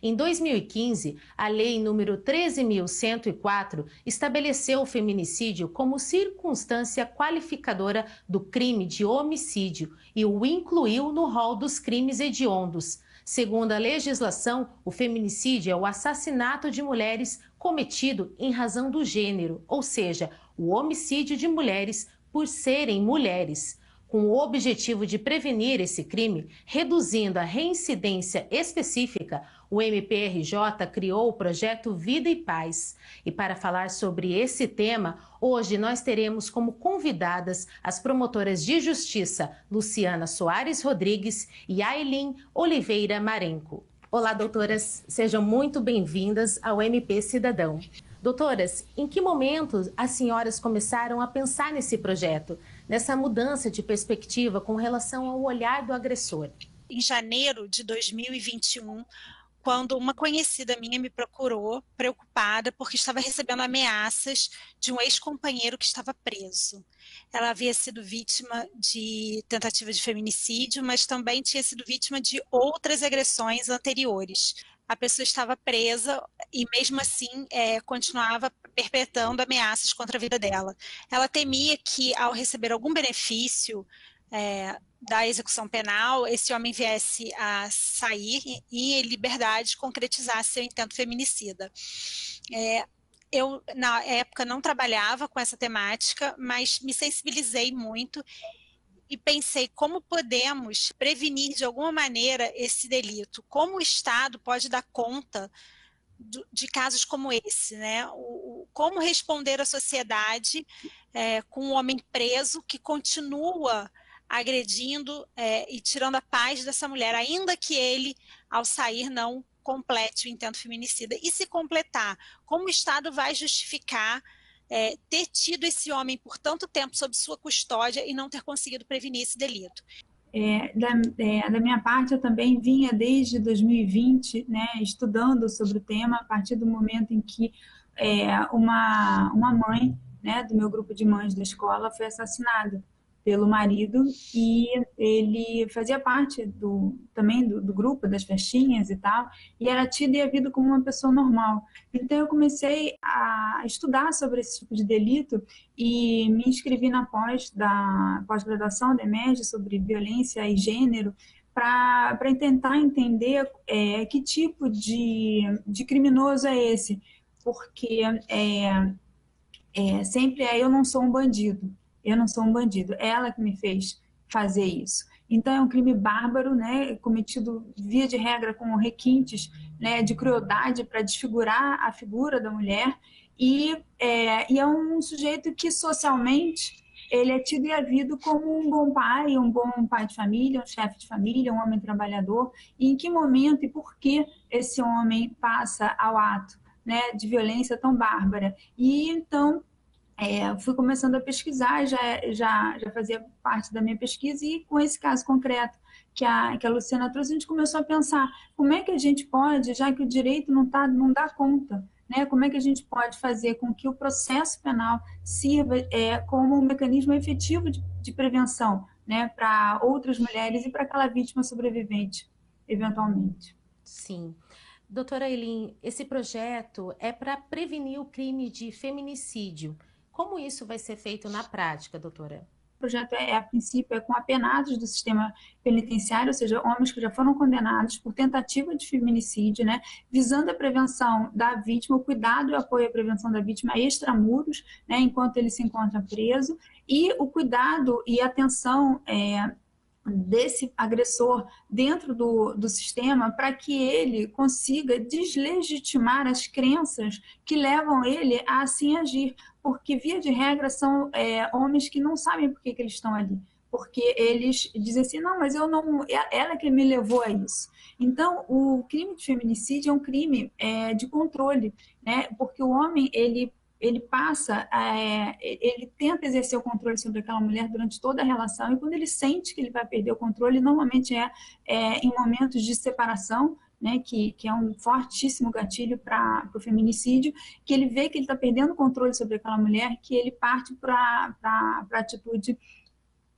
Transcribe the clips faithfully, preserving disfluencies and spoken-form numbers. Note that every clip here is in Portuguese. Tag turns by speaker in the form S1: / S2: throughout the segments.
S1: Em dois mil e quinze, a Lei número treze mil cento e quatro estabeleceu o feminicídio como circunstância qualificadora do crime de homicídio e o incluiu no rol dos crimes hediondos. Segundo a legislação, o feminicídio é o assassinato de mulheres cometido em razão do gênero, ou seja, o homicídio de mulheres por serem mulheres. Com o objetivo de prevenir esse crime, reduzindo a reincidência específica, o M P R J criou o projeto Vida e Paz. E para falar sobre esse tema, hoje nós teremos como convidadas as promotoras de justiça Luciana Soares Rodrigues e Ailin Oliveira Marenco. Olá, doutoras, sejam muito bem-vindas ao M P Cidadão. Doutoras, em que momento as senhoras começaram a pensar nesse projeto, nessa mudança de perspectiva com relação ao olhar do agressor?
S2: Em janeiro de dois mil e vinte e um, quando uma conhecida minha me procurou, preocupada, porque estava recebendo ameaças de um ex-companheiro que estava preso. Ela havia sido vítima de tentativa de feminicídio, mas também tinha sido vítima de outras agressões anteriores. A pessoa estava presa e, mesmo assim, é, continuava perpetrando ameaças contra a vida dela. Ela temia que, ao receber algum benefício é, da execução penal, esse homem viesse a sair e, em liberdade, concretizasse seu intento feminicida. É, eu, na época, não trabalhava com essa temática, mas me sensibilizei muito e pensei como podemos prevenir de alguma maneira esse delito, como o Estado pode dar conta do, de casos como esse, né? O, o, como responder à sociedade é, com um homem preso que continua agredindo é, e tirando a paz dessa mulher, ainda que ele, ao sair, não complete o intento feminicida. E se completar, como o Estado vai justificar É, ter tido esse homem por tanto tempo sob sua custódia e não ter conseguido prevenir esse delito?
S3: É, da, é, da minha parte, eu também vinha desde dois mil e vinte, né, estudando sobre o tema, a partir do momento em que é, uma, uma mãe, né, do meu grupo de mães da escola foi assassinada pelo marido, e ele fazia parte do, também do, do grupo das festinhas e tal, e era tido e é visto como uma pessoa normal. Então eu comecei a estudar sobre esse tipo de delito e me inscrevi na pós da pós-graduação da EMERGE sobre violência e gênero, para tentar entender é, que tipo de, de criminoso é esse, porque é, é, sempre é eu não sou um bandido, eu não sou um bandido, ela que me fez fazer isso. Então é um crime bárbaro, né, cometido via de regra com requintes, né, de crueldade para desfigurar a figura da mulher, e é, e é um sujeito que socialmente ele é tido e é visto como um bom pai, um bom pai de família, um chefe de família, um homem trabalhador. E em que momento e por que esse homem passa ao ato, né, de violência tão bárbara? E então É, fui começando a pesquisar, já, já, já fazia parte da minha pesquisa, e com esse caso concreto que a, que a Luciana trouxe, a gente começou a pensar como é que a gente pode, já que o direito não, tá, não dá conta, né, como é que a gente pode fazer com que o processo penal sirva é, como um mecanismo efetivo de, de prevenção, né, para outras mulheres e para aquela vítima sobrevivente, eventualmente.
S1: Sim. Doutora Ailin, esse projeto é para prevenir o crime de feminicídio. Como isso vai ser feito na prática, doutora?
S3: O projeto, é, a princípio, é com apenados do sistema penitenciário, ou seja, homens que já foram condenados por tentativa de feminicídio, né, visando a prevenção da vítima, o cuidado e o apoio à prevenção da vítima extramuros, né, enquanto ele se encontra preso, e o cuidado e atenção é, desse agressor dentro do, do sistema, para que ele consiga deslegitimar as crenças que levam ele a assim agir, porque via de regra são é, homens que não sabem por que, que eles estão ali, porque eles dizem assim, não, mas eu não, ela que me levou a isso. Então, o crime de feminicídio é um crime é, de controle, né, porque o homem, ele ele passa, é, ele tenta exercer o controle sobre aquela mulher durante toda a relação, e quando ele sente que ele vai perder o controle, normalmente é, é em momentos de separação, né, que, que é um fortíssimo gatilho para o feminicídio, que ele vê que ele está perdendo o controle sobre aquela mulher, que ele parte para a atitude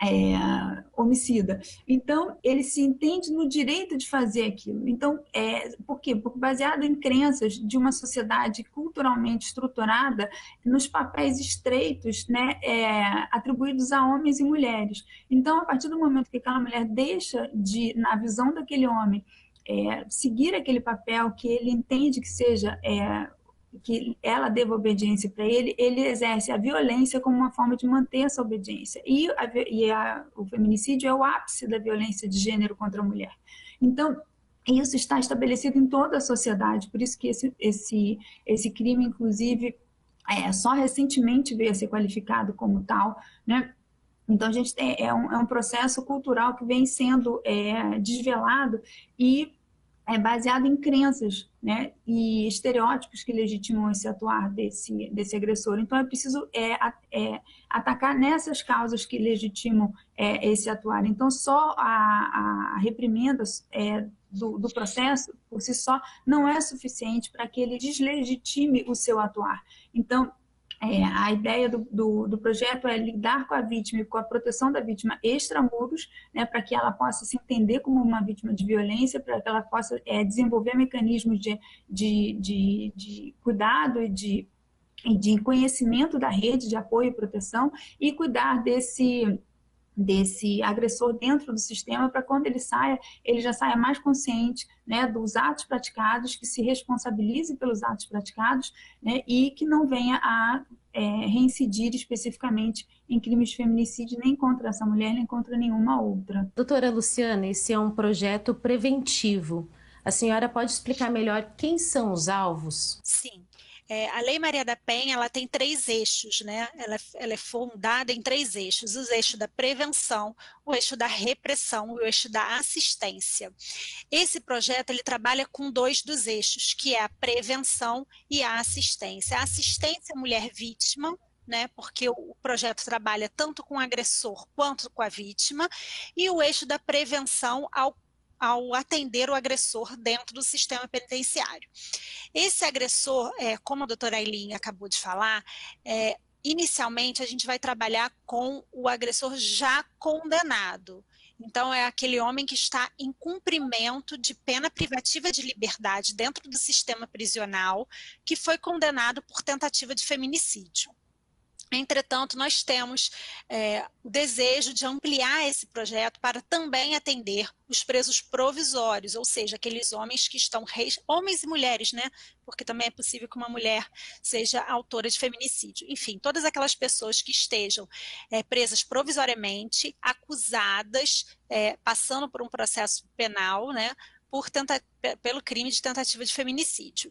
S3: É, homicida. Então, ele se entende no direito de fazer aquilo. Então, é, por quê? Porque baseado em crenças de uma sociedade culturalmente estruturada nos papéis estreitos, né, é, atribuídos a homens e mulheres. Então, a partir do momento que aquela mulher deixa de, na visão daquele homem, é, seguir aquele papel que ele entende que seja é, que ela deva obediência para ele, ele exerce a violência como uma forma de manter essa obediência. E, a, e a, o feminicídio é o ápice da violência de gênero contra a mulher. Então, isso está estabelecido em toda a sociedade, por isso que esse, esse, esse crime, inclusive, é, só recentemente veio a ser qualificado como tal, né? Então, a gente tem, é, um, é um processo cultural que vem sendo é, desvelado e é baseado em crenças, né, e estereótipos que legitimam esse atuar desse, desse agressor. Então, é preciso é, é, atacar nessas causas que legitimam é, esse atuar. Então, só a, a reprimenda é, do, do processo, por si só, não é suficiente para que ele deslegitime o seu atuar. Então, É, a ideia do, do, do projeto é lidar com a vítima e com a proteção da vítima extramuros, né, para que ela possa se entender como uma vítima de violência, para que ela possa é, desenvolver mecanismos de, de, de, de cuidado e de, de conhecimento da rede de apoio e proteção e cuidar desse desse agressor dentro do sistema, para quando ele saia, ele já saia mais consciente, né, dos atos praticados, que se responsabilize pelos atos praticados, né, e que não venha a é, reincidir especificamente em crimes de feminicídio nem contra essa mulher, nem contra nenhuma outra.
S1: Doutora Luciana, esse é um projeto preventivo. A senhora pode explicar melhor quem são os alvos?
S2: Sim. É, a Lei Maria da Penha, ela tem três eixos, né? Ela, ela é fundada em três eixos: o eixo da prevenção, o eixo da repressão e o eixo da assistência. Esse projeto, ele trabalha com dois dos eixos, que é a prevenção e a assistência. A assistência à mulher vítima, né, porque o projeto trabalha tanto com o agressor quanto com a vítima, e o eixo da prevenção ao ao atender o agressor dentro do sistema penitenciário. Esse agressor, é, como a doutora Aileen acabou de falar, é, inicialmente a gente vai trabalhar com o agressor já condenado. Então, é aquele homem que está em cumprimento de pena privativa de liberdade dentro do sistema prisional, que foi condenado por tentativa de feminicídio. Entretanto, nós temos é, o desejo de ampliar esse projeto para também atender os presos provisórios, ou seja, aqueles homens que estão, homens e mulheres, né? Porque também é possível que uma mulher seja autora de feminicídio. Enfim, todas aquelas pessoas que estejam é, presas provisoriamente, acusadas, é, passando por um processo penal, né? Por tenta, pelo crime de tentativa de feminicídio.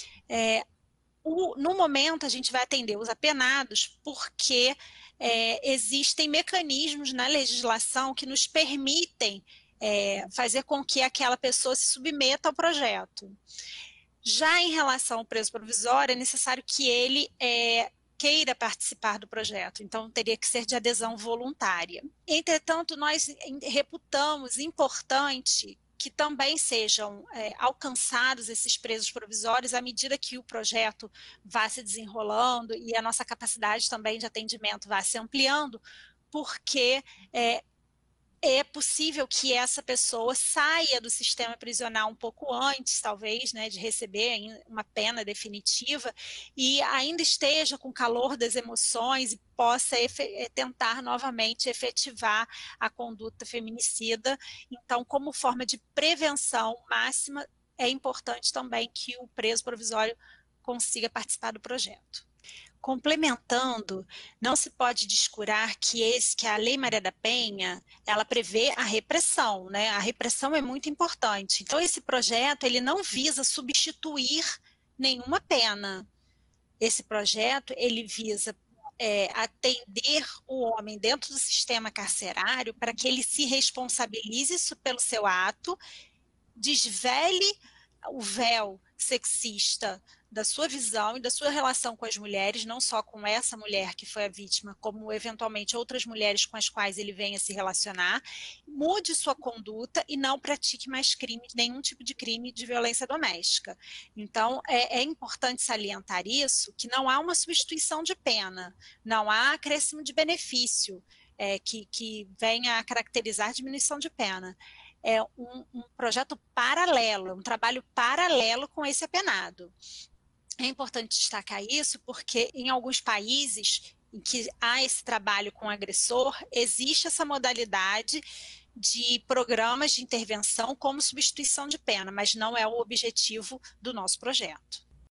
S2: É, O, no momento, a gente vai atender os apenados porque é, existem mecanismos na legislação que nos permitem é, fazer com que aquela pessoa se submeta ao projeto. Já em relação ao preso provisório, é necessário que ele é, queira participar do projeto, então teria que ser de adesão voluntária. Entretanto, nós reputamos importante que também sejam é, alcançados esses presos provisórios à medida que o projeto vá se desenrolando e a nossa capacidade também de atendimento vá se ampliando, porque é, é possível que essa pessoa saia do sistema prisional um pouco antes, talvez, né, de receber uma pena definitiva e ainda esteja com o calor das emoções e possa tentar novamente efetivar a conduta feminicida. Então, como forma de prevenção máxima, é importante também que o preso provisório consiga participar do projeto. Complementando, não se pode descurar que, esse, que a Lei Maria da Penha, ela prevê a repressão, né? A repressão é muito importante. Então, esse projeto, ele não visa substituir nenhuma pena. Esse projeto, ele visa é, atender o homem dentro do sistema carcerário para que ele se responsabilize pelo seu ato, desvele o véu sexista da sua visão e da sua relação com as mulheres, não só com essa mulher que foi a vítima, como eventualmente outras mulheres com as quais ele venha se relacionar, mude sua conduta e não pratique mais crime, nenhum tipo de crime de violência doméstica. Então, é, é importante salientar isso, que não há uma substituição de pena, não há acréscimo de benefício. é, que, que venha a caracterizar diminuição de pena. É um, um projeto paralelo, um trabalho paralelo com esse apenado. É importante destacar isso porque em alguns países em que há esse trabalho com o agressor, existe essa modalidade de programas de intervenção como substituição de pena, mas não é o objetivo do nosso projeto.